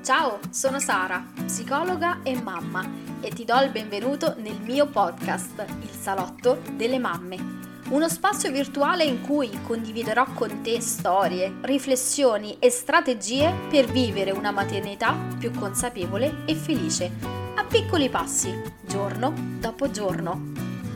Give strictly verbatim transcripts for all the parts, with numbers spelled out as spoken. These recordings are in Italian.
Ciao, sono Sara, psicologa e mamma e ti do il benvenuto nel mio podcast, Il Salotto delle Mamme. Uno spazio virtuale in cui condividerò con te storie, riflessioni e strategie per vivere una maternità più consapevole e felice, a piccoli passi, giorno dopo giorno.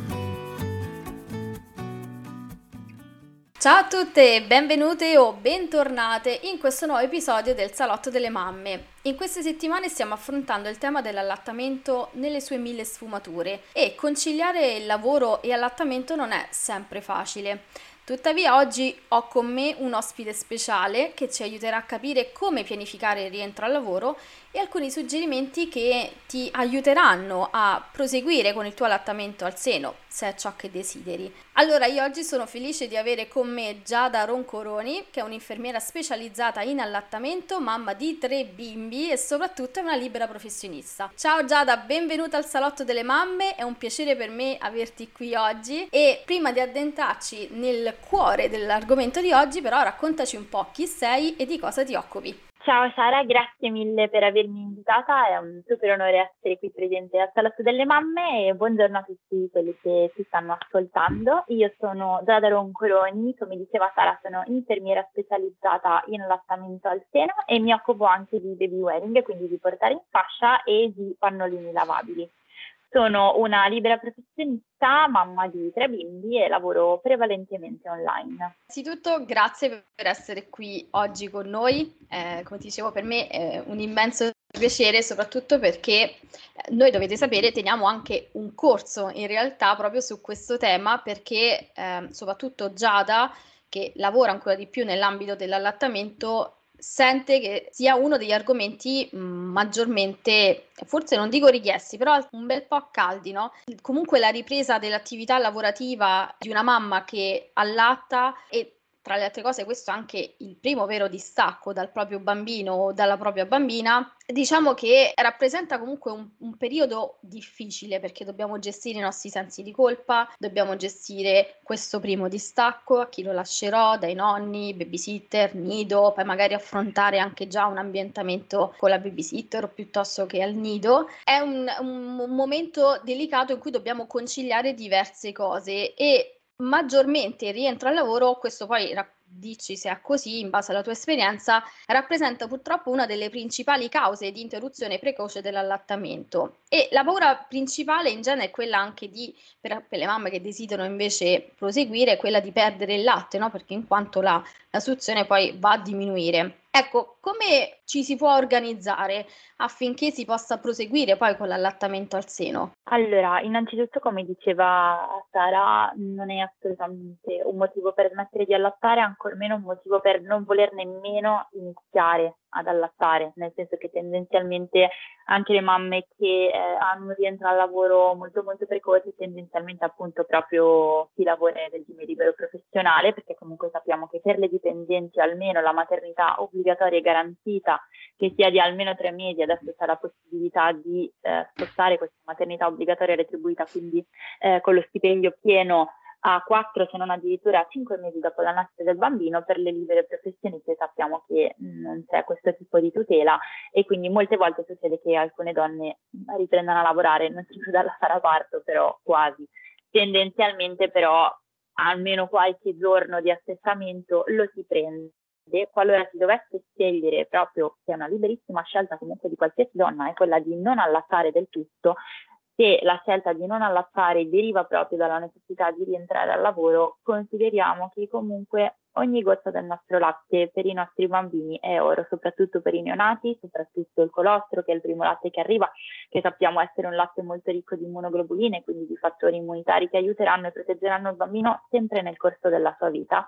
Ciao a tutte, benvenute o bentornate in questo nuovo episodio del Salotto delle Mamme. In queste settimane stiamo affrontando il tema dell'allattamento nelle sue mille sfumature e conciliare il lavoro e allattamento non è sempre facile. Tuttavia oggi ho con me un ospite speciale che ci aiuterà a capire come pianificare il rientro al lavoro e alcuni suggerimenti che ti aiuteranno a proseguire con il tuo allattamento al seno, se è ciò che desideri. Allora, io oggi sono felice di avere con me Giada Roncoroni, che è un'infermiera specializzata in allattamento, mamma di tre bimbi e soprattutto è una libera professionista. Ciao Giada, benvenuta al Salotto delle Mamme, è un piacere per me averti qui oggi e prima di addentrarci nel cuore dell'argomento di oggi, però raccontaci un po' chi sei e di cosa ti occupi. Ciao Sara, grazie mille per avermi invitata, è un super onore essere qui presente al Salotto delle Mamme e buongiorno a tutti quelli che ci stanno ascoltando. Io sono Giada Roncoroni, come diceva Sara, sono infermiera specializzata in allattamento al seno e mi occupo anche di baby wearing, quindi di portare in fascia e di pannolini lavabili. Sono una libera professionista, mamma di tre bimbi e lavoro prevalentemente online. Innanzitutto grazie per essere qui oggi con noi, eh, come ti dicevo per me è un immenso piacere, soprattutto perché noi, dovete sapere, teniamo anche un corso in realtà proprio su questo tema, perché eh, soprattutto Giada, che lavora ancora di più nell'ambito dell'allattamento, sente che sia uno degli argomenti mh, maggiormente, forse non dico richiesti, però un bel po' caldi, no? Comunque la ripresa dell'attività lavorativa di una mamma che allatta e tra le altre cose questo è anche il primo vero distacco dal proprio bambino o dalla propria bambina, diciamo che rappresenta comunque un, un periodo difficile perché dobbiamo gestire i nostri sensi di colpa, dobbiamo gestire questo primo distacco, a chi lo lascerò, dai nonni, babysitter, nido, poi magari affrontare anche già un ambientamento con la babysitter o piuttosto che al nido. È un, un, un momento delicato in cui dobbiamo conciliare diverse cose e maggiormente il rientro al lavoro, questo poi ra- dici se è così in base alla tua esperienza, rappresenta purtroppo una delle principali cause di interruzione precoce dell'allattamento e la paura principale in genere è quella anche di, per, per le mamme che desiderano invece proseguire, è quella di perdere il latte, no? Perché in quanto la, la suzione poi va a diminuire. Ecco, come ci si può organizzare affinché si possa proseguire poi con l'allattamento al seno? Allora, innanzitutto, come diceva Sara, non è assolutamente un motivo per smettere di allattare, ancor meno un motivo per non voler nemmeno iniziare ad allattare, nel senso che tendenzialmente anche le mamme che eh, hanno un rientro al lavoro molto molto precoce, tendenzialmente appunto proprio chi lavora in regime libero professionale, perché comunque sappiamo che per le dipendenti almeno la maternità obbligatoria è garantita, che sia di almeno tre mesi, adesso c'è la possibilità di eh, spostare questa maternità obbligatoria retribuita, quindi eh, con lo stipendio pieno a quattro se non addirittura a cinque mesi dopo la nascita del bambino. Per le libere professioniste sappiamo che non c'è questo tipo di tutela e quindi molte volte succede che alcune donne riprendano a lavorare, non si più dalla parto, però quasi. Tendenzialmente però almeno qualche giorno di assestamento lo si prende. Qualora si dovesse scegliere, proprio che è una liberissima scelta comunque di qualsiasi donna, è quella di non allattare del tutto. Se la scelta di non allattare deriva proprio dalla necessità di rientrare al lavoro, consideriamo che comunque ogni goccia del nostro latte per i nostri bambini è oro, soprattutto per i neonati, soprattutto il colostro, che è il primo latte che arriva, che sappiamo essere un latte molto ricco di immunoglobuline, quindi di fattori immunitari che aiuteranno e proteggeranno il bambino sempre nel corso della sua vita.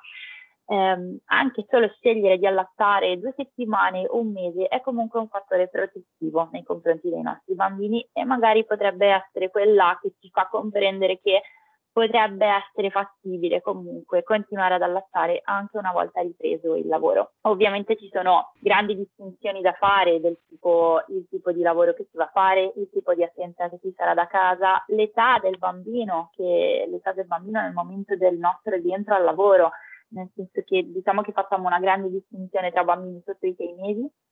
Eh, anche solo scegliere di allattare due settimane o un mese è comunque un fattore protettivo nei confronti dei nostri bambini e magari potrebbe essere quella che ci fa comprendere che potrebbe essere fattibile comunque continuare ad allattare anche una volta ripreso il lavoro. Ovviamente ci sono grandi distinzioni da fare del tipo il tipo di lavoro che si va a fare, il tipo di assenza che ci sarà da casa, l'età del bambino, che l'età del bambino nel momento del nostro rientro al lavoro, nel senso che diciamo che facciamo una grande distinzione tra bambini sotto i sei mesi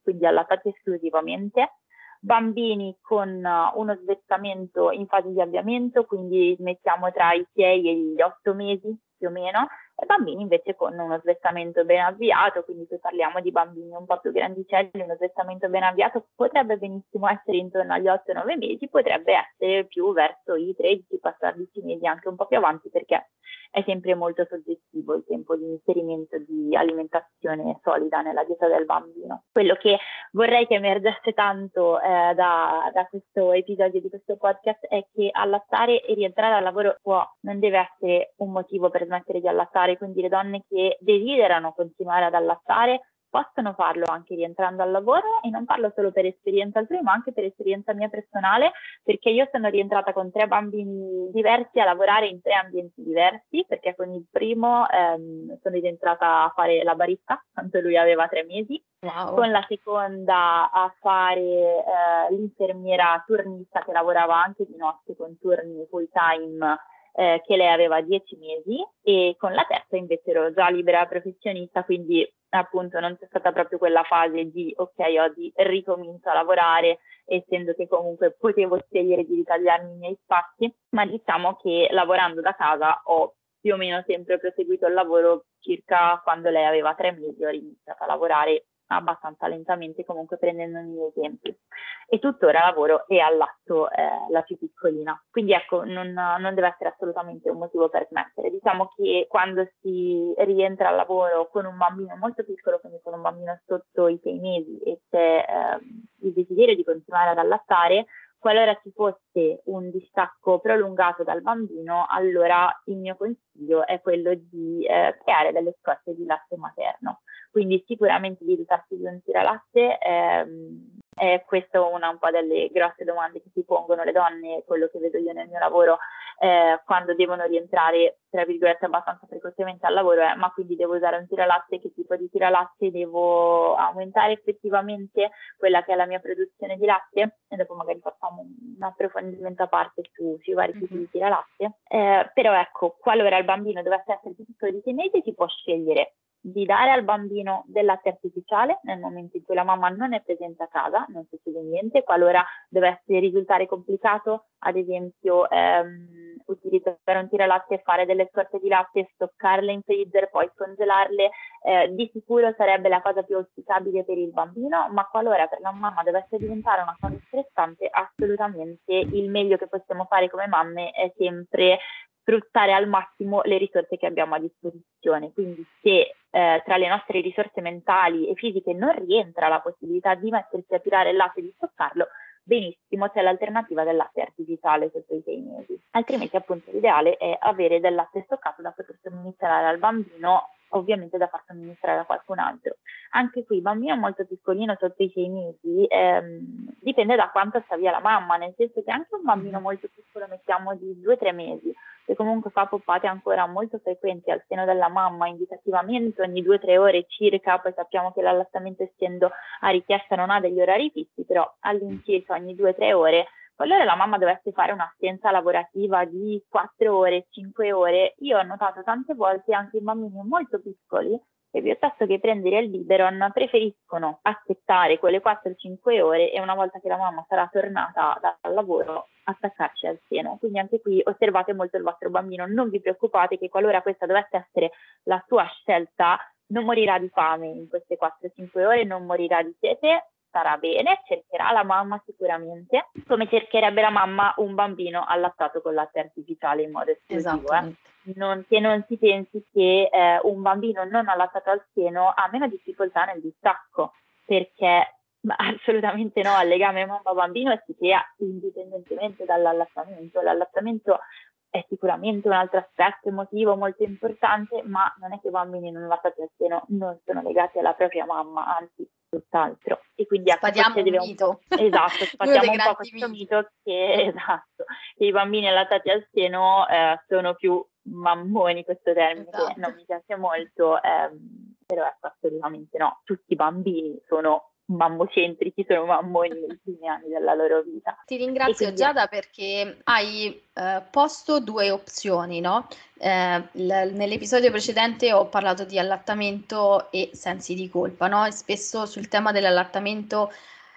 quindi allattati esclusivamente, bambini con uh, uno svezzamento in fase di avviamento, quindi mettiamo tra i sei e gli otto mesi più o meno, e bambini invece con uno svezzamento ben avviato, quindi se parliamo di bambini un po' più grandicelli, uno svezzamento ben avviato potrebbe benissimo essere intorno agli otto nove mesi, potrebbe essere più verso i tredici quattordici mesi, anche un po' più avanti, perché è sempre molto soggettivo il tempo di inserimento di alimentazione solida nella dieta del bambino. Quello che vorrei che emergesse tanto eh, da, da questo episodio di questo podcast è che allattare e rientrare al lavoro può, non deve essere un motivo per smettere di allattare, quindi le donne che desiderano continuare ad allattare possono farlo anche rientrando al lavoro, e non parlo solo per esperienza altrui, ma anche per esperienza mia personale, perché io sono rientrata con tre bambini diversi a lavorare in tre ambienti diversi, perché con il primo ehm, sono rientrata a fare la barista quando lui aveva tre mesi, Wow. con la seconda a fare eh, l'infermiera turnista che lavorava anche di notte con turni full time, eh, che lei aveva dieci mesi, e con la terza invece ero già libera professionista, quindi appunto non c'è stata proprio quella fase di ok, oggi ricomincio a lavorare, essendo che comunque potevo scegliere di ritagliarmi i miei spazi, ma diciamo che lavorando da casa ho più o meno sempre proseguito il lavoro circa quando lei aveva tre mesi, ho iniziato a lavorare abbastanza lentamente, comunque prendendomi i miei tempi, e tuttora lavoro e allatto eh, la più piccolina, quindi ecco non, non deve essere assolutamente un motivo per smettere. Diciamo che quando si rientra al lavoro con un bambino molto piccolo, quindi con un bambino sotto i sei mesi, e c'è eh, il desiderio di continuare ad allattare, qualora ci fosse un distacco prolungato dal bambino, allora il mio consiglio è quello di eh, creare delle scorte di latte materno. Quindi sicuramente di dotarsi di un tiralatte, ehm, è questa una un po' delle grosse domande che si pongono le donne, quello che vedo io nel mio lavoro, eh, quando devono rientrare, tra virgolette, abbastanza precocemente al lavoro, è: ma quindi devo usare un tiralatte? Che tipo di tiralatte? Devo aumentare effettivamente quella che è la mia produzione di latte? E dopo magari facciamo un approfondimento a parte su, sui vari tipi Mm-hmm. di tiralatte. Eh, però ecco, qualora il bambino dovesse essere più piccolo di sei mesi, si può scegliere di dare al bambino del latte artificiale nel momento in cui la mamma non è presente a casa, non succede niente. Qualora dovesse risultare complicato, ad esempio ehm, utilizzare un tiralatte e fare delle scorte di latte, stoccarle in freezer, poi congelarle, eh, di sicuro sarebbe la cosa più auspicabile per il bambino, ma qualora per la mamma dovesse diventare una cosa stressante, assolutamente il meglio che possiamo fare come mamme è sempre sfruttare al massimo le risorse che abbiamo a disposizione. Quindi se eh, tra le nostre risorse mentali e fisiche non rientra la possibilità di mettersi a tirare il latte e di stoccarlo, benissimo, c'è l'alternativa del latte artificiale sotto i sei mesi. Altrimenti appunto l'ideale è avere del latte stoccato da poter somministrare al bambino, ovviamente da far somministrare a qualcun altro. Anche qui, bambino molto piccolino sotto i sei mesi, ehm, dipende da quanto sta via la mamma, nel senso che anche un bambino molto piccolo, mettiamo di due tre mesi, che comunque fa poppate ancora molto frequenti al seno della mamma, indicativamente ogni due tre ore circa, poi sappiamo che l'allattamento, essendo a richiesta, non ha degli orari fissi, però all'incirca ogni due tre ore, qualora la mamma dovesse fare un'assenza lavorativa di quattro ore, cinque ore, io ho notato tante volte anche i bambini molto piccoli che piuttosto che prendere il biberon preferiscono aspettare quelle quattro cinque ore e una volta che la mamma sarà tornata dal lavoro attaccarci al seno. Quindi anche qui osservate molto il vostro bambino, non vi preoccupate che qualora questa dovesse essere la sua scelta non morirà di fame in queste quattro cinque ore, non morirà di sete, starà bene, cercherà la mamma sicuramente, come cercherebbe la mamma un bambino allattato con latte artificiale in modo esclusivo. Eh. Non, che non si pensi che eh, un bambino non allattato al seno ha meno difficoltà nel distacco, perché ma assolutamente no, il legame mamma-bambino si crea indipendentemente dall'allattamento. L'allattamento è sicuramente un altro aspetto emotivo molto importante, ma non è che i bambini non allattati al seno non sono legati alla propria mamma, anzi tutt'altro. E quindi ecco, Spadiamo deve un mito. Un esatto, spadiamo un po' questo miti. mito che, esatto, che i bambini allattati al seno eh, sono più mammoni, questo termine esatto. che non mi piace molto, ehm, però ecco, assolutamente no, tutti i bambini sono mammocentrici, sono mammoni nei primi anni della loro vita. Ti ringrazio quindi... Giada perché hai eh, posto due opzioni, no? Eh, l- nell'episodio precedente ho parlato di allattamento e sensi di colpa, no? E spesso sul tema dell'allattamento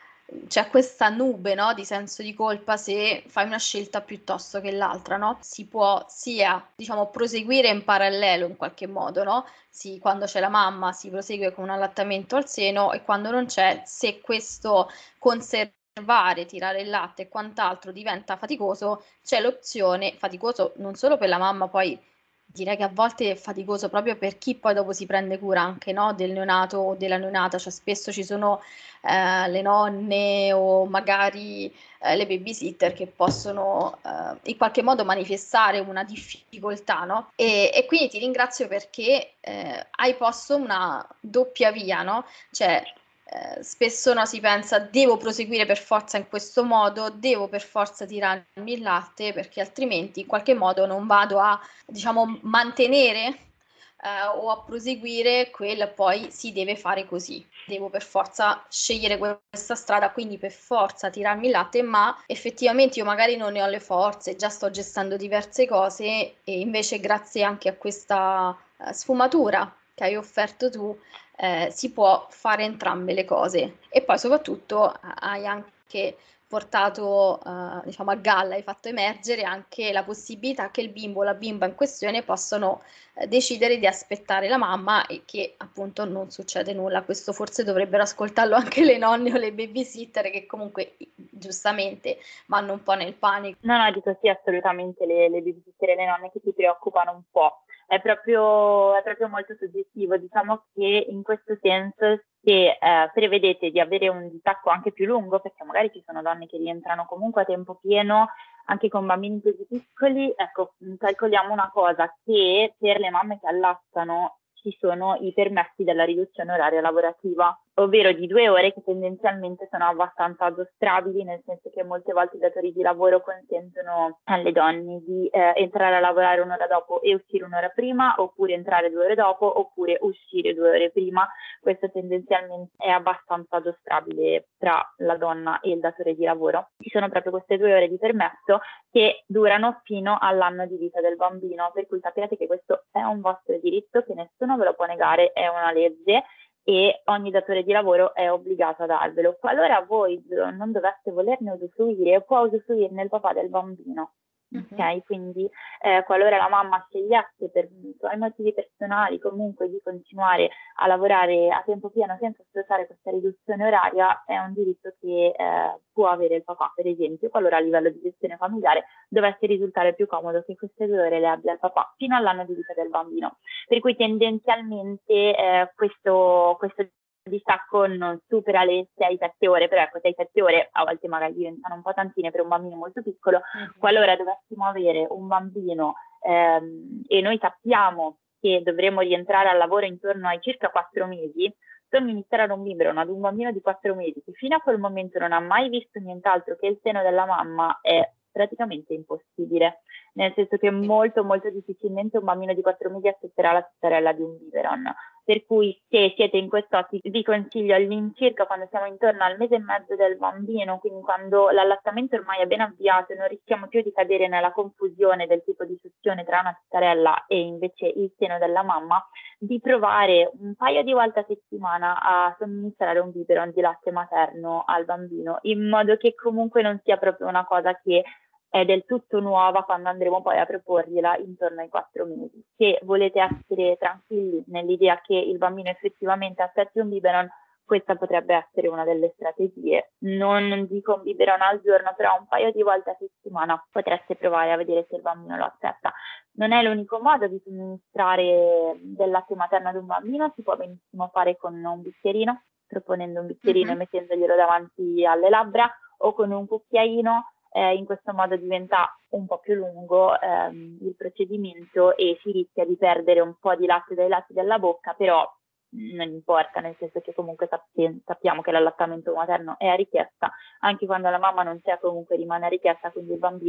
c'è questa nube, no? Di senso di colpa se fai una scelta piuttosto che l'altra, no? Si può sia, diciamo, proseguire in parallelo in qualche modo, no? Sì, quando c'è la mamma si prosegue con un allattamento al seno e quando non c'è, se questo conservare, tirare il latte e quant'altro diventa faticoso, c'è l'opzione, faticoso non solo per la mamma, poi direi che a volte è faticoso proprio per chi poi dopo si prende cura anche, no, del neonato o della neonata, cioè spesso ci sono eh, le nonne o magari eh, le babysitter che possono eh, in qualche modo manifestare una difficoltà, no? E, e quindi ti ringrazio perché eh, hai posto una doppia via, no? Cioè eh, spesso no, si pensa devo proseguire per forza in questo modo, devo per forza tirarmi il latte perché altrimenti in qualche modo non vado a, diciamo, mantenere eh, o a proseguire quel poi si deve fare così. Devo per forza scegliere questa strada, quindi per forza tirarmi il latte, ma effettivamente io magari non ne ho le forze, già sto gestendo diverse cose e invece grazie anche a questa uh, sfumatura che hai offerto tu, eh, si può fare entrambe le cose. E poi soprattutto hai anche portato eh, diciamo a galla, hai fatto emergere anche la possibilità che il bimbo o la bimba in questione possono eh, decidere di aspettare la mamma e che appunto non succede nulla. Questo forse dovrebbero ascoltarlo anche le nonne o le babysitter che comunque giustamente vanno un po' nel panico. No, no, dico sì, assolutamente le, le babysitter e le nonne che si preoccupano un po'. È proprio, è proprio molto soggettivo. Diciamo che in questo senso, se eh, prevedete di avere un distacco anche più lungo, perché magari ci sono donne che rientrano comunque a tempo pieno, anche con bambini così piccoli, ecco, calcoliamo una cosa, che per le mamme che allattano ci sono i permessi della riduzione oraria lavorativa, ovvero di due ore che tendenzialmente sono abbastanza addostrabili, nel senso che molte volte i datori di lavoro consentono alle donne di eh, entrare a lavorare un'ora dopo e uscire un'ora prima, oppure entrare due ore dopo, oppure uscire due ore prima. Questo tendenzialmente è abbastanza addostrabile tra la donna e il datore di lavoro. Ci sono proprio queste due ore di permesso che durano fino all'anno di vita del bambino, per cui sappiate che questo è un vostro diritto, che nessuno ve lo può negare, è una legge e ogni datore di lavoro è obbligato a darvelo. Qualora voi non doveste volerne usufruire, può usufruirne il papà del bambino. Ok, quindi eh, qualora la mamma scegliesse per i suoi motivi personali comunque di continuare a lavorare a tempo pieno senza sfruttare questa riduzione oraria, è un diritto che eh, può avere il papà, per esempio, qualora a livello di gestione familiare dovesse risultare più comodo che queste due ore le abbia il papà fino all'anno di vita del bambino. Per cui tendenzialmente eh, questo, questo distacco non supera le sei sette ore, però ecco sei sette ore a volte magari diventano un po' tantine per un bambino molto piccolo. Mm-hmm. Qualora dovessimo avere un bambino ehm, e noi sappiamo che dovremo rientrare al lavoro intorno ai circa quattro mesi, somministrare un biberon ad un bambino di quattro mesi che fino a quel momento non ha mai visto nient'altro che il seno della mamma è praticamente impossibile, nel senso che molto molto difficilmente un bambino di quattro mesi accetterà la testarella di un biberon, per cui se siete in quest'ottica vi consiglio all'incirca quando siamo intorno al mese e mezzo del bambino, quindi quando l'allattamento ormai è ben avviato e non rischiamo più di cadere nella confusione del tipo di suzione tra una testarella e invece il seno della mamma, di provare un paio di volte a settimana a somministrare un biberon di latte materno al bambino, in modo che comunque non sia proprio una cosa che è del tutto nuova quando andremo poi a proporgliela intorno ai quattro mesi. Se volete essere tranquilli nell'idea che il bambino effettivamente accetti un biberon, questa potrebbe essere una delle strategie. Non dico un biberon al giorno, però un paio di volte a settimana potreste provare a vedere se il bambino lo accetta. Non è l'unico modo di somministrare del latte materno ad un bambino, si può benissimo fare con un bicchierino, proponendo un bicchierino mm-hmm. e mettendoglielo davanti alle labbra, o con un cucchiaino. Eh, in questo modo diventa un po' più lungo ehm, il procedimento e si rischia di perdere un po' di latte dai lati della bocca, però non importa, nel senso che comunque sappi- sappiamo che l'allattamento materno è a richiesta, anche quando la mamma non c'è comunque rimane a richiesta, quindi il bambino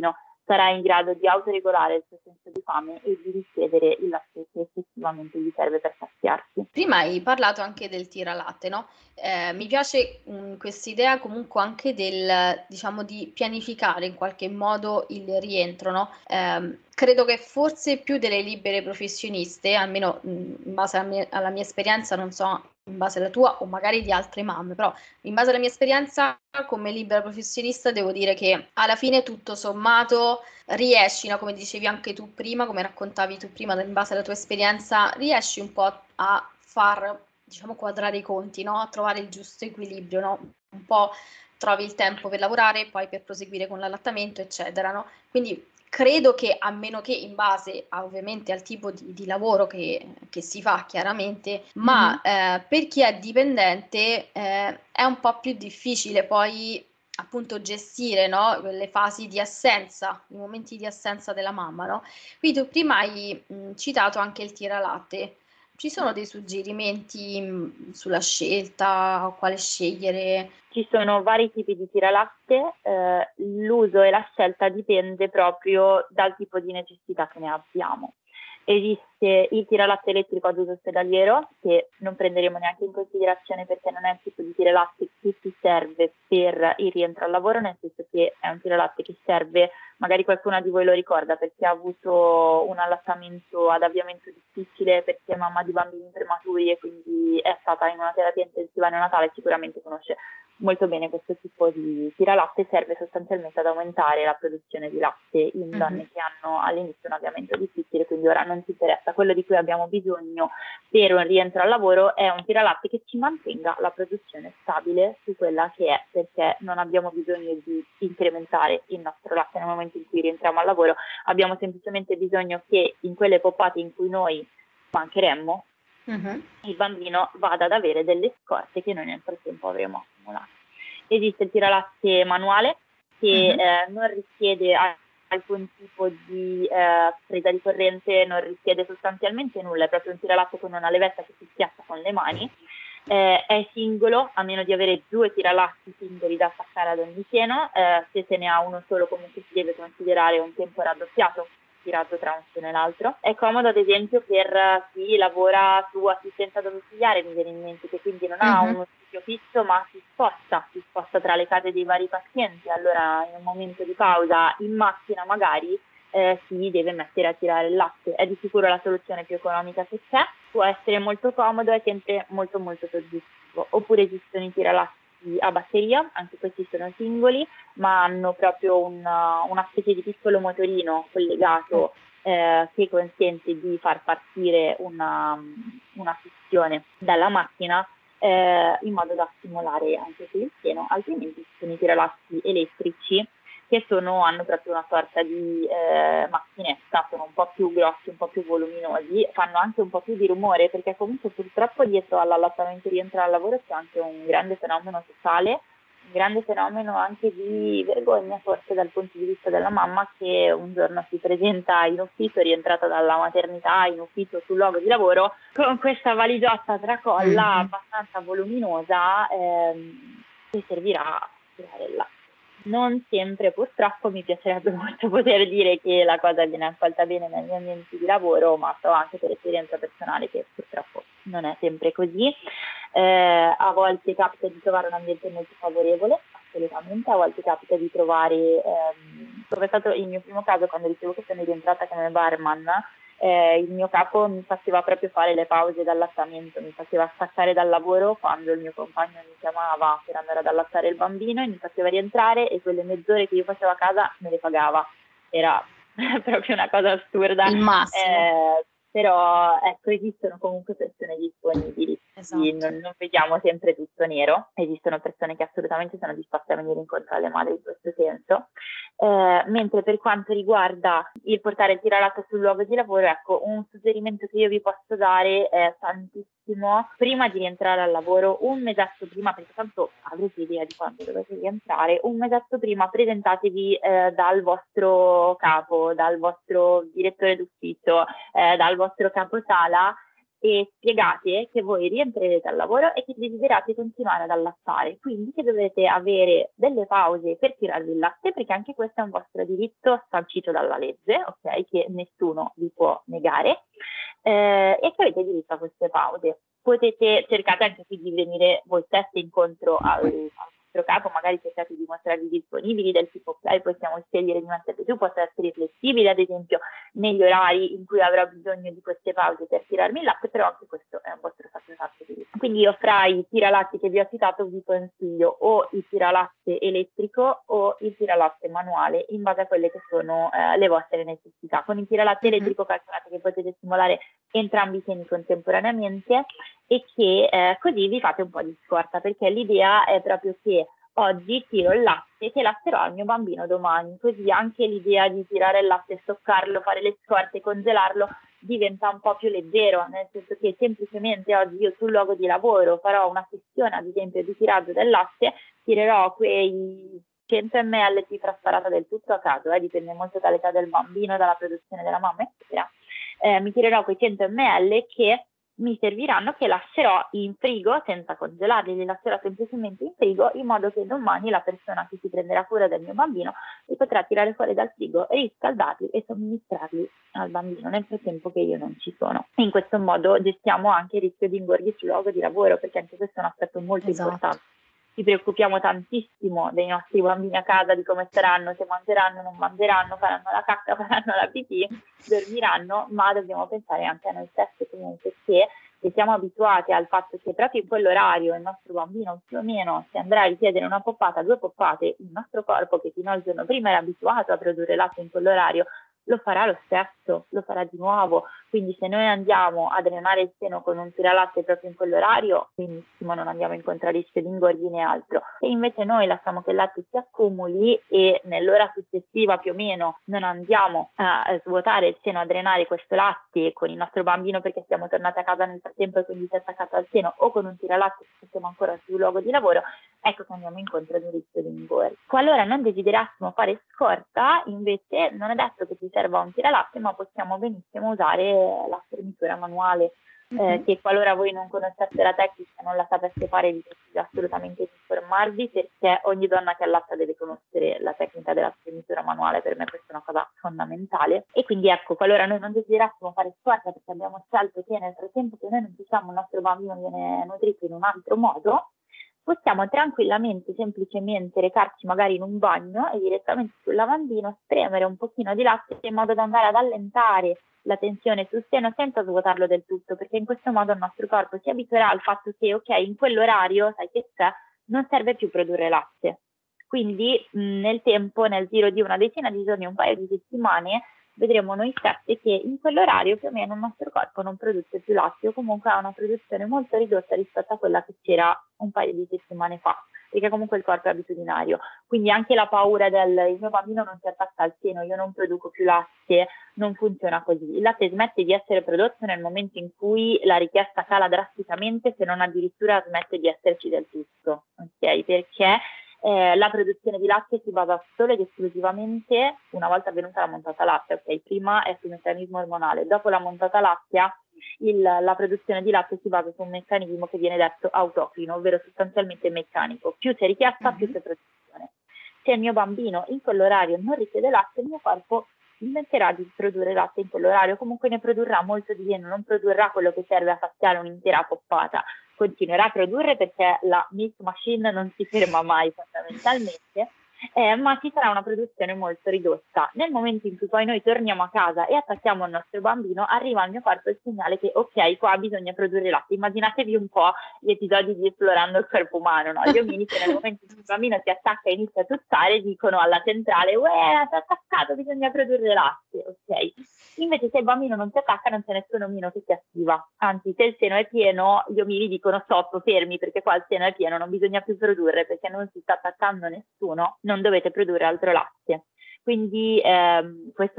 sarà in grado di autoregolare il suo senso di fame e di richiedere il latte che effettivamente gli serve per saziarsi. Prima hai parlato anche del tiralatte, no? Eh, mi piace questa idea comunque anche del, diciamo, di pianificare in qualche modo il rientro, no? Eh, credo che forse più delle libere professioniste, almeno mh, in base alla mia, alla mia esperienza, non so in base alla tua o magari di altre mamme, però in base alla mia esperienza come libera professionista devo dire che alla fine tutto sommato riesci, no, come dicevi anche tu prima, come raccontavi tu prima in base alla tua esperienza, riesci un po' a far, diciamo, quadrare i conti, no? A trovare il giusto equilibrio, no? Un po' trovi il tempo per lavorare, poi per proseguire con l'allattamento, eccetera, no? Quindi credo che, a meno che in base a, ovviamente al tipo di, di lavoro che, che si fa chiaramente, ma mm-hmm. eh, per chi è dipendente eh, è un po' più difficile poi appunto gestire, no, le fasi di assenza, i momenti di assenza della mamma, no? Qui tu prima hai mh, citato anche il tiralatte. Ci sono dei suggerimenti mh, sulla scelta, quale scegliere? Ci sono vari tipi di tiralatte, eh, l'uso e la scelta dipende proprio dal tipo di necessità che ne abbiamo. Esiste il tiralatte elettrico ad uso ospedaliero, che non prenderemo neanche in considerazione perché non è il tipo di tiralatte che ti serve per il rientro al lavoro, nel senso che è un tiralatte che serve, magari qualcuna di voi lo ricorda, perché ha avuto un allattamento ad avviamento difficile, perché è mamma di bambini prematuri e quindi è stata in una terapia intensiva neonatale, sicuramente conosce molto bene questo tipo di tiralatte. Serve sostanzialmente ad aumentare la produzione di latte in mm-hmm. donne che hanno all'inizio un avviamento difficile, quindi ora non ci interessa. Quello di cui abbiamo bisogno per un rientro al lavoro è un tiralatte che ci mantenga la produzione stabile su quella che è, perché non abbiamo bisogno di incrementare il nostro latte nel momento in cui rientriamo al lavoro, abbiamo semplicemente bisogno che in quelle poppate in cui noi mancheremmo, Uh-huh. il bambino vada ad avere delle scorte che noi nel frattempo avremo accumulato. Esiste il tiralatte manuale che uh-huh. eh, non richiede alcun tipo di eh, presa di corrente, non richiede sostanzialmente nulla, è proprio un tiralatte con una levetta che si schiaccia con le mani, eh, è singolo, a meno di avere due tiralatti singoli da attaccare ad ogni seno, eh, se se ne ha uno solo comunque si deve considerare un tempo raddoppiato tirato tra un seno e l'altro. È comodo ad esempio per chi lavora su assistenza domiciliare, mi viene in mente, che quindi non ha uh-huh. uno studio fisso ma si sposta, si sposta tra le case dei vari pazienti, allora in un momento di pausa in macchina magari eh, si deve mettere a tirare il latte, è di sicuro la soluzione più economica che c'è, può essere molto comodo, è sempre molto molto soddisfativo. Oppure esistono i tiralatti a batteria, anche questi sono singoli, ma hanno proprio una, una specie di piccolo motorino collegato eh, che consente di far partire una, una fissione dalla macchina eh, in modo da stimolare anche qui il seno. Altrimenti ci sono i tiralatti elettrici che sono, hanno proprio una sorta di eh, macchinetta, sono un po' più grossi, un po' più voluminosi, fanno anche un po' più di rumore, perché comunque purtroppo dietro all'allattamento e rientro al lavoro c'è anche un grande fenomeno sociale, un grande fenomeno anche di vergogna forse dal punto di vista della mamma, che un giorno si presenta in ufficio, rientrata dalla maternità in ufficio sul luogo di lavoro, con questa valigiotta tracolla mm-hmm. abbastanza voluminosa ehm, che servirà a tirare il latte. Non sempre, purtroppo, mi piacerebbe molto poter dire che la cosa viene accolta bene negli ambienti di lavoro, ma so anche per esperienza personale che purtroppo non è sempre così. Eh, a volte capita di trovare un ambiente molto favorevole, assolutamente, a volte capita di trovare, ehm, come è stato il mio primo caso quando dicevo che sono rientrata come barman, eh, il mio capo mi faceva proprio fare le pause d'allattamento, mi faceva staccare dal lavoro quando il mio compagno mi chiamava per andare ad allattare il bambino e mi faceva rientrare, e quelle mezz'ore che io facevo a casa me le pagava. Era proprio una cosa assurda. Il massimo. Eh, però ecco, esistono comunque persone disponibili, esatto. non, non vediamo sempre tutto nero, esistono persone che assolutamente sono disposte a venire incontro alle madri in questo senso. Eh, mentre per quanto riguarda il portare il tiralatte sul luogo di lavoro, ecco, un suggerimento che io vi posso dare è tantissimo: prima di rientrare al lavoro, un mesetto prima, perché tanto avrete idea di quando dovete rientrare, un mesetto prima presentatevi eh, dal vostro capo, dal vostro direttore d'ufficio, eh, dal vostro caposala, e spiegate che voi rientrerete al lavoro e che desiderate continuare ad allattare, quindi che dovete avere delle pause per tirarvi il latte, perché anche questo è un vostro diritto sancito dalla legge, ok, che nessuno vi può negare, eh, e che avete diritto a queste pause. Potete, cercate anche qui di venire voi stessi incontro al, al vostro capo, magari cercate di mostrarvi disponibili, del tipo ok, possiamo scegliere di mettere giù, posso essere flessibile, ad esempio negli orari in cui avrò bisogno di queste pause per tirarmi il latte, però anche questo è un vostro sacrosanto diritto. Quindi io fra i tiralatti che vi ho citato vi consiglio o il tiralatte elettrico o il tiralatte manuale, in base a quelle che sono eh, le vostre necessità. Con il tiralatte mm-hmm. elettrico calcolate che potete stimolare entrambi i seni contemporaneamente e che eh, così vi fate un po' di scorta, perché l'idea è proprio che oggi tiro il latte che latterò al mio bambino domani, così anche l'idea di tirare il latte, stoccarlo, fare le scorte, congelarlo diventa un po' più leggero, nel senso che semplicemente oggi io sul luogo di lavoro farò una sessione ad esempio di tiraggio del latte, tirerò quei cento millilitri di frasparata del tutto a caso, eh, dipende molto dall'età del bambino, dalla produzione della mamma eccetera, eh, mi tirerò quei cento millilitri che mi serviranno, che lascerò in frigo senza congelarli, li lascerò semplicemente in frigo in modo che domani la persona che si prenderà cura del mio bambino li potrà tirare fuori dal frigo, riscaldarli e somministrarli al bambino nel frattempo che io non ci sono. In questo modo gestiamo anche il rischio di ingorghi sul luogo di lavoro, perché anche questo è un aspetto molto esatto. importante. Ci preoccupiamo tantissimo dei nostri bambini a casa, di come staranno, se mangeranno, non mangeranno, faranno la cacca, faranno la pipì, dormiranno, ma dobbiamo pensare anche a noi stessi comunque, che se siamo abituati al fatto che proprio in quell'orario il nostro bambino più o meno si andrà a richiedere una poppata, due poppate, il nostro corpo che fino al giorno prima era abituato a produrre latte in quell'orario lo farà lo stesso, lo farà di nuovo. Quindi se noi andiamo a drenare il seno con un tiralatte proprio in quell'orario, benissimo, non andiamo incontro a rischio di ingorghi né altro. Se invece noi lasciamo che il latte si accumuli e nell'ora successiva più o meno non andiamo a svuotare il seno, a drenare questo latte con il nostro bambino perché siamo tornati a casa nel frattempo e quindi si è attaccato al seno, o con un tiralatte se siamo ancora sul luogo di lavoro, ecco che andiamo incontro ad un rischio di ingorghi. Qualora non desiderassimo fare scorta, invece non è detto che ci serva un tiralatte, ma possiamo benissimo usare la fornitura manuale, eh, mm-hmm. che qualora voi non conosceste la tecnica, non la sapeste fare, vi consiglio assolutamente di informarvi, perché ogni donna che allatta deve conoscere la tecnica della fornitura manuale. Per me questa è una cosa fondamentale. E quindi ecco, qualora noi non desiderassimo fare scorta perché abbiamo scelto che nel frattempo che noi non diciamo il nostro bambino viene nutrito in un altro modo, possiamo tranquillamente, semplicemente recarci magari in un bagno e direttamente sul lavandino spremere un pochino di latte in modo da andare ad allentare la tensione sul seno senza svuotarlo del tutto, perché in questo modo il nostro corpo si abituerà al fatto che ok, in quell'orario, sai che c'è, non serve più produrre latte. Quindi mh, nel tempo, nel giro di una decina di giorni, un paio di settimane, vedremo noi stessi che in quell'orario più o meno il nostro corpo non produce più latte, o comunque ha una produzione molto ridotta rispetto a quella che c'era un paio di settimane fa, perché comunque il corpo è abitudinario. Quindi anche la paura del il mio bambino non si attacca al seno, io non produco più latte, non funziona così. Il latte smette di essere prodotto nel momento in cui la richiesta cala drasticamente, se non addirittura smette di esserci del tutto, ok? Perché Eh, la produzione di latte si basa solo ed esclusivamente una volta avvenuta la montata lattea, ok? Prima è sul meccanismo ormonale, dopo la montata lattea il, la produzione di latte si basa su un meccanismo che viene detto autocrino, ovvero sostanzialmente meccanico. Più c'è richiesta, mm-hmm. più c'è produzione. Se il mio bambino in quell'orario non richiede latte, il mio corpo inventerà di produrre latte in quell'orario, comunque ne produrrà molto di meno, non produrrà quello che serve a saziare un'intera poppata, continuerà a produrre perché la milk machine non si ferma mai fondamentalmente, eh, ma ci sarà una produzione molto ridotta. Nel momento in cui poi noi torniamo a casa e attacchiamo il nostro bambino, arriva al mio corpo il segnale che ok, qua bisogna produrre latte. Immaginatevi un po' gli episodi di Esplorando il corpo umano, no? Gli omini che nel momento in cui il bambino si attacca e inizia a tuzzare dicono alla centrale uè, si è attaccato, bisogna produrre latte, ok? Invece se il bambino non si attacca non c'è nessun omino che si attiva, anzi se il seno è pieno gli omini dicono stop, fermi, perché qua il seno è pieno, non bisogna più produrre perché non si sta attaccando nessuno, non dovete produrre altro latte. Quindi ehm, questo per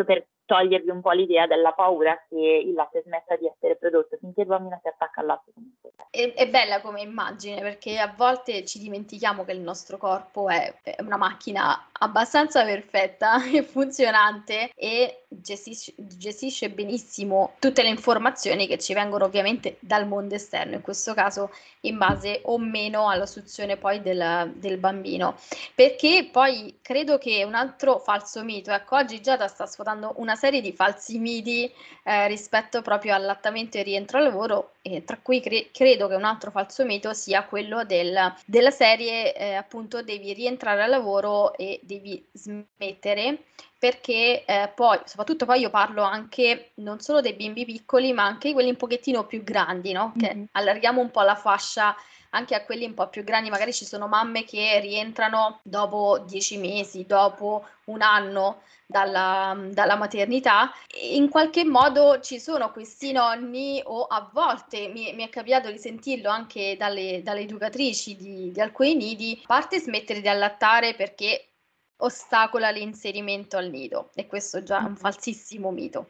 togliervi un po' l'idea della paura che il latte smetta di essere prodotto, finché il bambino si attacca al latte comunque. È, è bella come immagine, perché a volte ci dimentichiamo che il nostro corpo è, è una macchina abbastanza perfetta e funzionante e gestisce, gestisce benissimo tutte le informazioni che ci vengono ovviamente dal mondo esterno, in questo caso in base o meno alla suzione poi del, del bambino. Perché poi credo che un altro falso mito, ecco, oggi Giada sta sfatando una serie di falsi miti eh, rispetto proprio allattamento e rientro al lavoro, e tra cui cre- credo che un altro falso mito sia quello del, della serie eh, appunto devi rientrare al lavoro e devi smettere, perché eh, poi, soprattutto poi io parlo anche non solo dei bimbi piccoli, ma anche di quelli un pochettino più grandi, no? Che Mm-hmm. allarghiamo un po' la fascia anche a quelli un po' più grandi, magari ci sono mamme che rientrano dopo dieci mesi, dopo un anno dalla, dalla maternità. In qualche modo ci sono questi nonni, o a volte mi, mi è capitato di sentirlo anche dalle, dalle educatrici di, di alcuni nidi, a parte smettere di allattare perché ostacola l'inserimento al nido, e questo già è un falsissimo mito.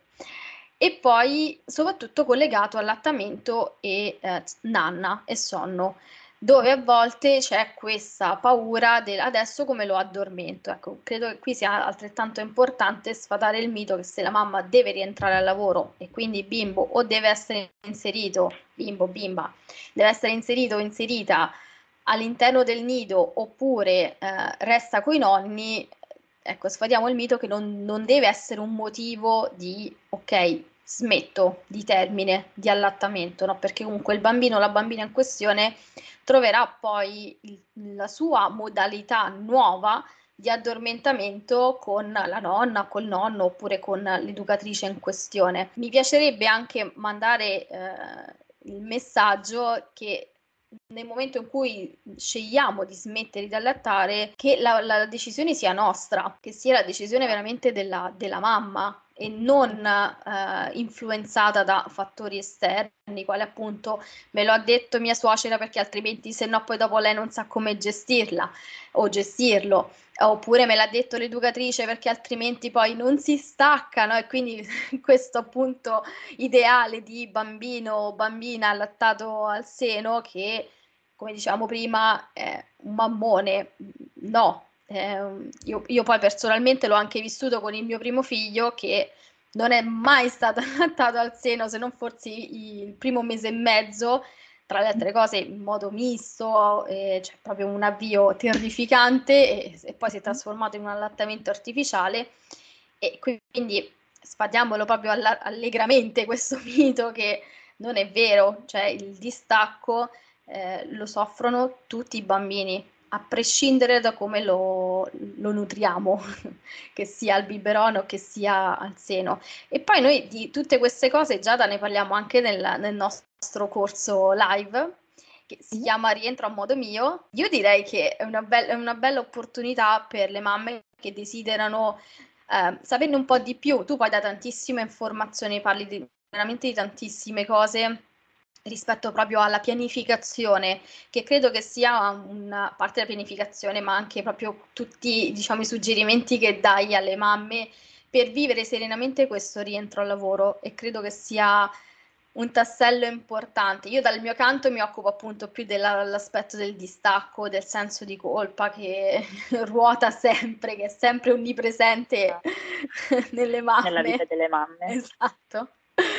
E poi soprattutto collegato allattamento e eh, nanna e sonno, dove a volte c'è questa paura del adesso come lo addormento. Ecco, credo che qui sia altrettanto importante sfatare il mito che se la mamma deve rientrare al lavoro e quindi bimbo o deve essere inserito, bimbo, bimba, deve essere inserito o inserita all'interno del nido oppure eh, resta coi nonni, ecco, sfatiamo il mito che non, non deve essere un motivo di, ok, smetto di termine di allattamento, no? Perché comunque il bambino o la bambina in questione troverà poi il, la sua modalità nuova di addormentamento con la nonna, col nonno oppure con l'educatrice in questione. Mi piacerebbe anche mandare eh, il messaggio che nel momento in cui scegliamo di smettere di allattare, che la, la decisione sia nostra, che sia la decisione veramente della, della mamma e non eh, influenzata da fattori esterni, quale appunto me lo ha detto mia suocera perché altrimenti se no poi dopo lei non sa come gestirla o gestirlo, oppure me l'ha detto l'educatrice perché altrimenti poi non si staccano, e quindi questo appunto ideale di bambino o bambina allattato al seno che, come dicevamo prima, è un mammone. No, eh, io, io poi personalmente l'ho anche vissuto con il mio primo figlio, che non è mai stato allattato al seno, se non forse il primo mese e mezzo, tra le altre cose in modo misto, eh, c'è proprio un avvio terrificante e, e poi si è trasformato in un allattamento artificiale, e quindi sfatiamolo proprio alla- allegramente questo mito che non è vero, cioè il distacco eh, lo soffrono tutti i bambini, a prescindere da come lo, lo nutriamo, che sia al biberon o che sia al seno. E poi noi di tutte queste cose, Giada, ne parliamo anche nel, nel nostro corso live, che si chiama Rientro a modo mio. Io direi che è una, be- è una bella opportunità per le mamme che desiderano eh, saperne un po' di più. Tu poi da tantissime informazioni parli di, veramente di tantissime cose rispetto proprio alla pianificazione, che credo che sia una parte della pianificazione, ma anche proprio tutti, diciamo, i suggerimenti che dai alle mamme per vivere serenamente questo rientro al lavoro, e credo che sia un tassello importante. Io dal mio canto mi occupo appunto più dell'aspetto del distacco, del senso di colpa che ruota sempre, che è sempre onnipresente nelle Nella vita mamme. delle mamme. Esatto.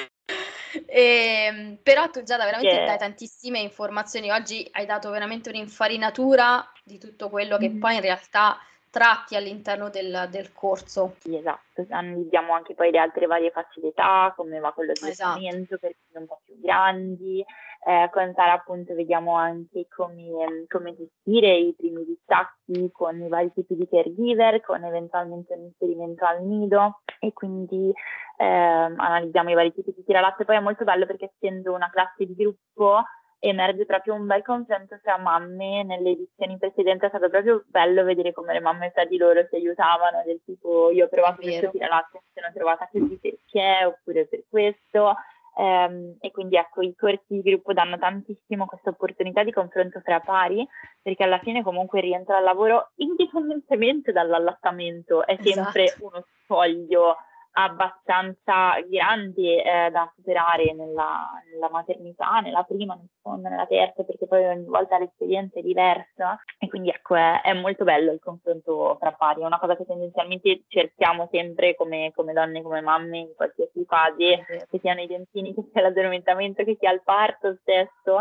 E, però tu Giada veramente Che... dai tantissime informazioni, oggi hai dato veramente un'infarinatura di tutto quello che mm-hmm. poi in realtà tratti all'interno del, del corso. Sì, esatto, analizziamo anche poi le altre varie fasce d'età, come va con lo Esatto. spostamento per chi è un po' più grandi, eh, con Sara appunto vediamo anche come, come gestire i primi distacchi con i vari tipi di caregiver, con eventualmente un inserimento al nido, e quindi eh, analizziamo i vari tipi di tiralatte. Poi è molto bello perché essendo una classe di gruppo emerge proprio un bel confronto tra mamme. Nelle edizioni precedenti è stato proprio bello vedere come le mamme tra di loro si aiutavano, del tipo io ho provato questo tiralatte, mi sono trovata così perché, oppure per questo, ehm, e quindi ecco i corsi di gruppo danno tantissimo questa opportunità di confronto tra pari, perché alla fine comunque rientra al lavoro indipendentemente dall'allattamento, è sempre Esatto. uno scoglio abbastanza grande eh, da superare nella, nella maternità, nella prima, nella seconda, nella terza, perché poi ogni volta l'esperienza è diversa e quindi ecco è, è molto bello il confronto fra pari, è una cosa che tendenzialmente cerchiamo sempre come, come donne, come mamme in qualsiasi fase, che siano i dentini, che sia l'addormentamento, che sia il parto stesso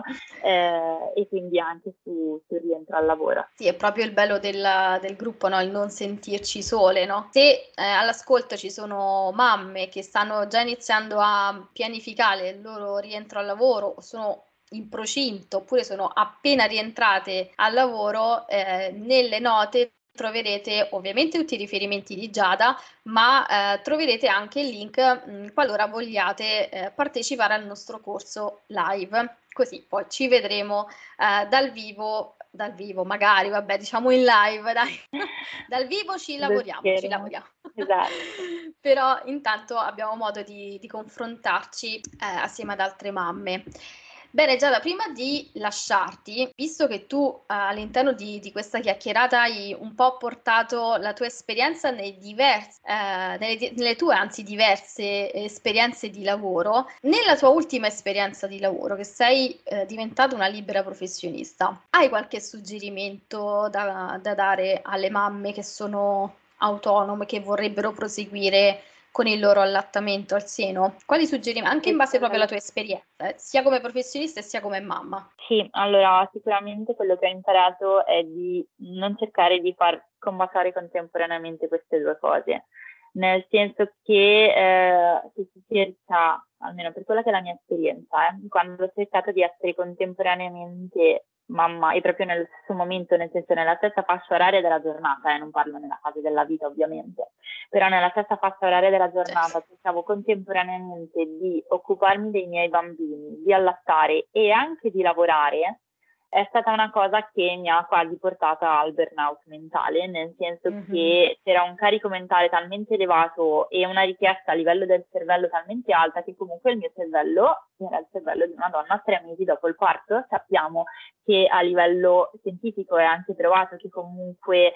eh, e quindi anche su, sul rientro al lavoro. Sì, è proprio il bello del, del gruppo, no? Il non sentirci sole, no? Se eh, all'ascolto ci sono mamme che stanno già iniziando a pianificare il loro rientro al lavoro o sono in procinto oppure sono appena rientrate al lavoro, eh, nelle note troverete ovviamente tutti i riferimenti di Giada, ma eh, troverete anche il link mh, qualora vogliate eh, partecipare al nostro corso live. Così poi ci vedremo eh, dal vivo, dal vivo magari, vabbè, diciamo in live, dai. Dal vivo ci lavoriamo, ci lavoriamo. Esatto. Però intanto abbiamo modo di, di confrontarci eh, assieme ad altre mamme. Bene Giada, prima di lasciarti, visto che tu eh, all'interno di, di questa chiacchierata hai un po' portato la tua esperienza nei diversi, eh, nelle, nelle tue anzi diverse esperienze di lavoro, nella tua ultima esperienza di lavoro, che sei eh, diventata una libera professionista, hai qualche suggerimento da, da dare alle mamme che sono autonome, che vorrebbero proseguire con il loro allattamento al seno? Quali suggerimenti, anche in base proprio alla tua esperienza, eh, sia come professionista sia come mamma? Sì, allora sicuramente quello che ho imparato è di non cercare di far combaciare contemporaneamente queste due cose, nel senso che eh, se si cerca, almeno per quella che è la mia esperienza, eh, quando ho cercato di essere contemporaneamente mamma e proprio nello stesso momento, nel senso nella stessa fascia oraria della giornata, eh, non parlo nella fase della vita ovviamente, però nella stessa fascia oraria della giornata cercavo contemporaneamente di occuparmi dei miei bambini, di allattare e anche di lavorare, è stata una cosa che mi ha quasi portata al burnout mentale, nel senso mm-hmm. che c'era un carico mentale talmente elevato e una richiesta a livello del cervello talmente alta che comunque il mio cervello era il cervello di una donna tre mesi dopo il parto. Sappiamo che a livello scientifico è anche provato che comunque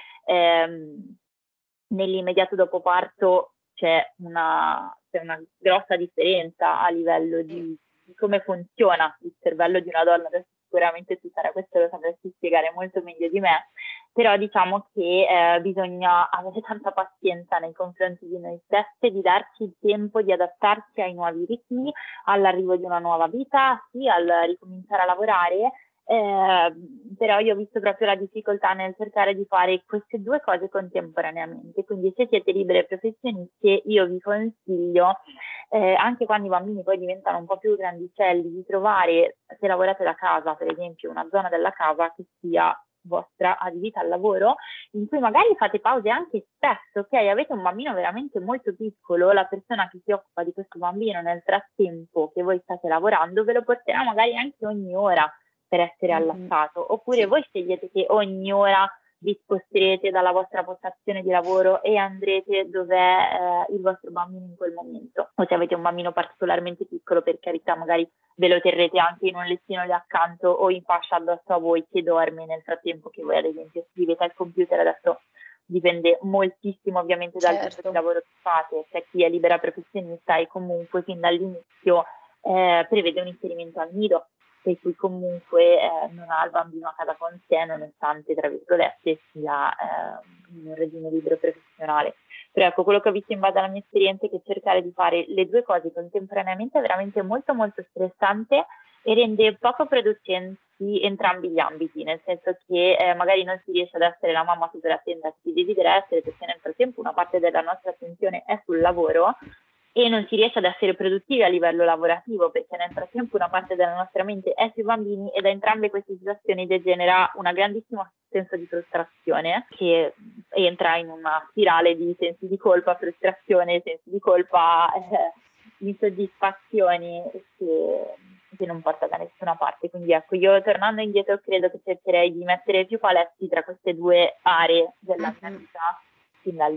ehm, nell'immediato dopo parto c'è una, c'è una grossa differenza a livello di, di come funziona il cervello di una donna. Adesso sicuramente tu, Sara, questo lo sapresti spiegare molto meglio di me, però diciamo che eh, bisogna avere tanta pazienza nei confronti di noi stesse, di darci il tempo di adattarci ai nuovi ritmi, all'arrivo di una nuova vita, sì, al ricominciare a lavorare. Eh, però io ho visto proprio la difficoltà nel cercare di fare queste due cose contemporaneamente, quindi se siete libere professioniste io vi consiglio eh, anche quando i bambini poi diventano un po' più grandicelli di trovare, se lavorate da casa per esempio, una zona della casa che sia vostra adibita al lavoro, in cui magari fate pause anche spesso, ok? Avete un bambino veramente molto piccolo, la persona che si occupa di questo bambino nel frattempo che voi state lavorando ve lo porterà magari anche ogni ora per essere allattato, mm-hmm. oppure sì. Voi scegliete che ogni ora vi sposterete dalla vostra postazione di lavoro e andrete dove è eh, il vostro bambino in quel momento, o se avete un bambino particolarmente piccolo, per carità, magari ve lo terrete anche in un lettino lì accanto o in fascia addosso a voi che dorme nel frattempo che voi ad esempio scrivete al computer. Adesso dipende moltissimo ovviamente dal certo. tipo di lavoro che fate, c'è chi è libera professionista e comunque fin dall'inizio eh, prevede un inserimento al nido, per cui comunque eh, non ha il bambino a casa con sé, nonostante, tra virgolette, sia eh, in un regime libero professionale. Però ecco, quello che ho visto in base alla mia esperienza è che cercare di fare le due cose contemporaneamente è veramente molto molto stressante e rende poco producenti entrambi gli ambiti, nel senso che eh, magari non si riesce ad essere la mamma super attenta che si desidera essere, perché nel frattempo una parte della nostra attenzione è sul lavoro, e non si riesce ad essere produttivi a livello lavorativo perché nel frattempo una parte della nostra mente è sui bambini e da entrambe queste situazioni degenera una grandissima senso di frustrazione che entra in una spirale di sensi di colpa, frustrazione, sensi di colpa, eh, insoddisfazioni che, che non porta da nessuna parte. Quindi ecco, io tornando indietro credo che cercherei di mettere più paletti tra queste due aree della mia vita fin dall'inizio.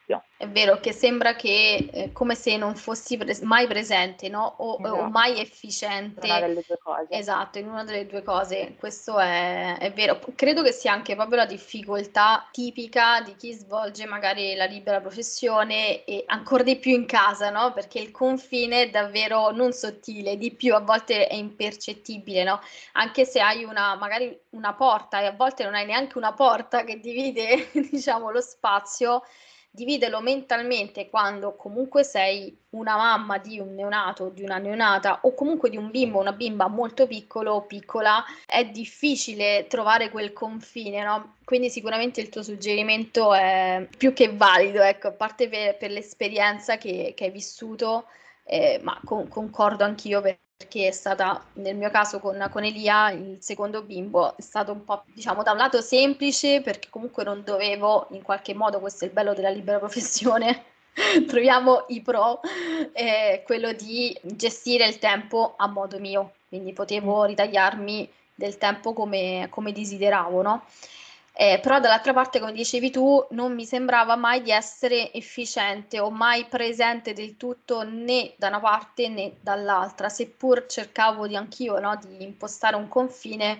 rischio. È vero che sembra che eh, come se non fossi pres- mai presente, no? O, Esatto. o mai efficiente. Una delle due cose. Esatto, in una delle due cose, questo è, è vero. Credo che sia anche proprio la difficoltà tipica di chi svolge magari la libera professione e ancora di più in casa, no? Perché il confine è davvero non sottile, di più a volte è impercettibile, no? Anche se hai una, magari una porta e a volte non hai neanche una porta che divide, diciamo, lo spazio, dividelo mentalmente quando comunque sei una mamma di un neonato, di una neonata o comunque di un bimbo, una bimba molto piccolo o piccola, è difficile trovare quel confine, no? Quindi sicuramente il tuo suggerimento è più che valido, ecco, a parte per, per l'esperienza che, che hai vissuto, eh, ma con, concordo anch'io per perché è stata, nel mio caso con, con Elia, il secondo bimbo, è stato un po', diciamo, da un lato semplice, perché comunque non dovevo, in qualche modo, questo è il bello della libera professione, troviamo i pro, eh, quello di gestire il tempo a modo mio, quindi potevo ritagliarmi del tempo come, come desideravo, no? Eh, però dall'altra parte, come dicevi tu, non mi sembrava mai di essere efficiente o mai presente del tutto né da una parte né dall'altra, seppur cercavo di anch'io, no, di impostare un confine,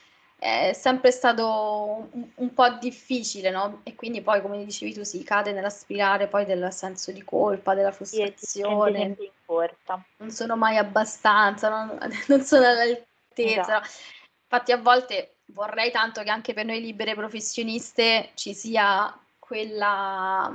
è sempre stato un, un po' difficile, no? E quindi poi, come dicevi tu, si cade nella spirale poi del senso di colpa, della Sì, e ti senti frustrazione. sempre in forza. Non sono mai abbastanza, non, non sono all'altezza. Esatto. No? Infatti a volte vorrei tanto che anche per noi libere professioniste ci sia quella,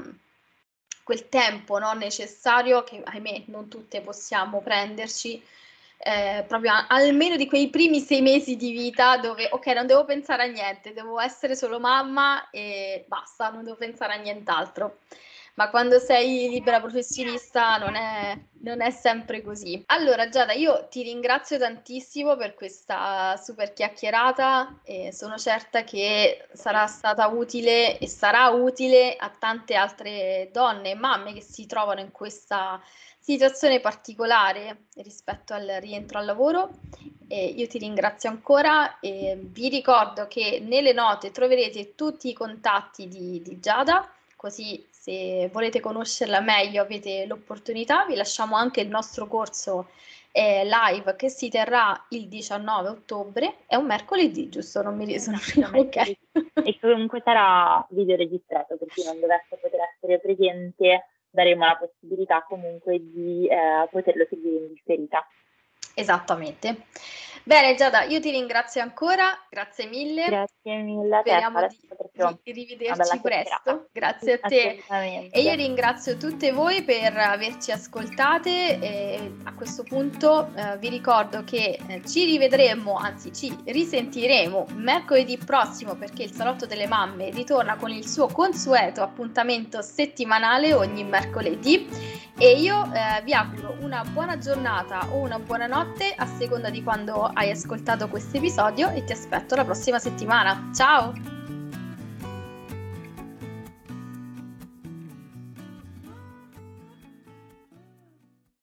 quel tempo, no, necessario che ahimè non tutte possiamo prenderci, eh, proprio a- almeno di quei primi sei mesi di vita dove ok, non devo pensare a niente, devo essere solo mamma e basta, non devo pensare a nient'altro. Ma quando sei libera professionista non è, non è sempre così. Allora, Giada, io ti ringrazio tantissimo per questa super chiacchierata e sono certa che sarà stata utile e sarà utile a tante altre donne e mamme che si trovano in questa situazione particolare rispetto al rientro al lavoro. E io ti ringrazio ancora e vi ricordo che nelle note troverete tutti i contatti di, di Giada, così se volete conoscerla meglio avete l'opportunità. Vi lasciamo anche il nostro corso eh, live che si terrà il diciannove ottobre, è un mercoledì, giusto? Non mi ricordo. Esatto, Ok. e comunque sarà video registrato, per chi non dovesse poter essere presente, daremo la possibilità comunque di eh, poterlo seguire in differita. Esattamente. Bene Giada, io ti ringrazio ancora, grazie mille. Grazie mille a te, Speriamo sarà di, proprio di una rivederci bella chiacchierata. presto. Grazie a te. Assolutamente. E io ringrazio tutte voi per averci ascoltate e a questo punto eh, vi ricordo che eh, ci rivedremo, anzi ci risentiremo mercoledì prossimo perché il Salotto delle Mamme ritorna con il suo consueto appuntamento settimanale ogni mercoledì e io eh, vi auguro una buona giornata o una buona notte a seconda di quando hai ascoltato questo episodio e ti aspetto la prossima settimana. Ciao!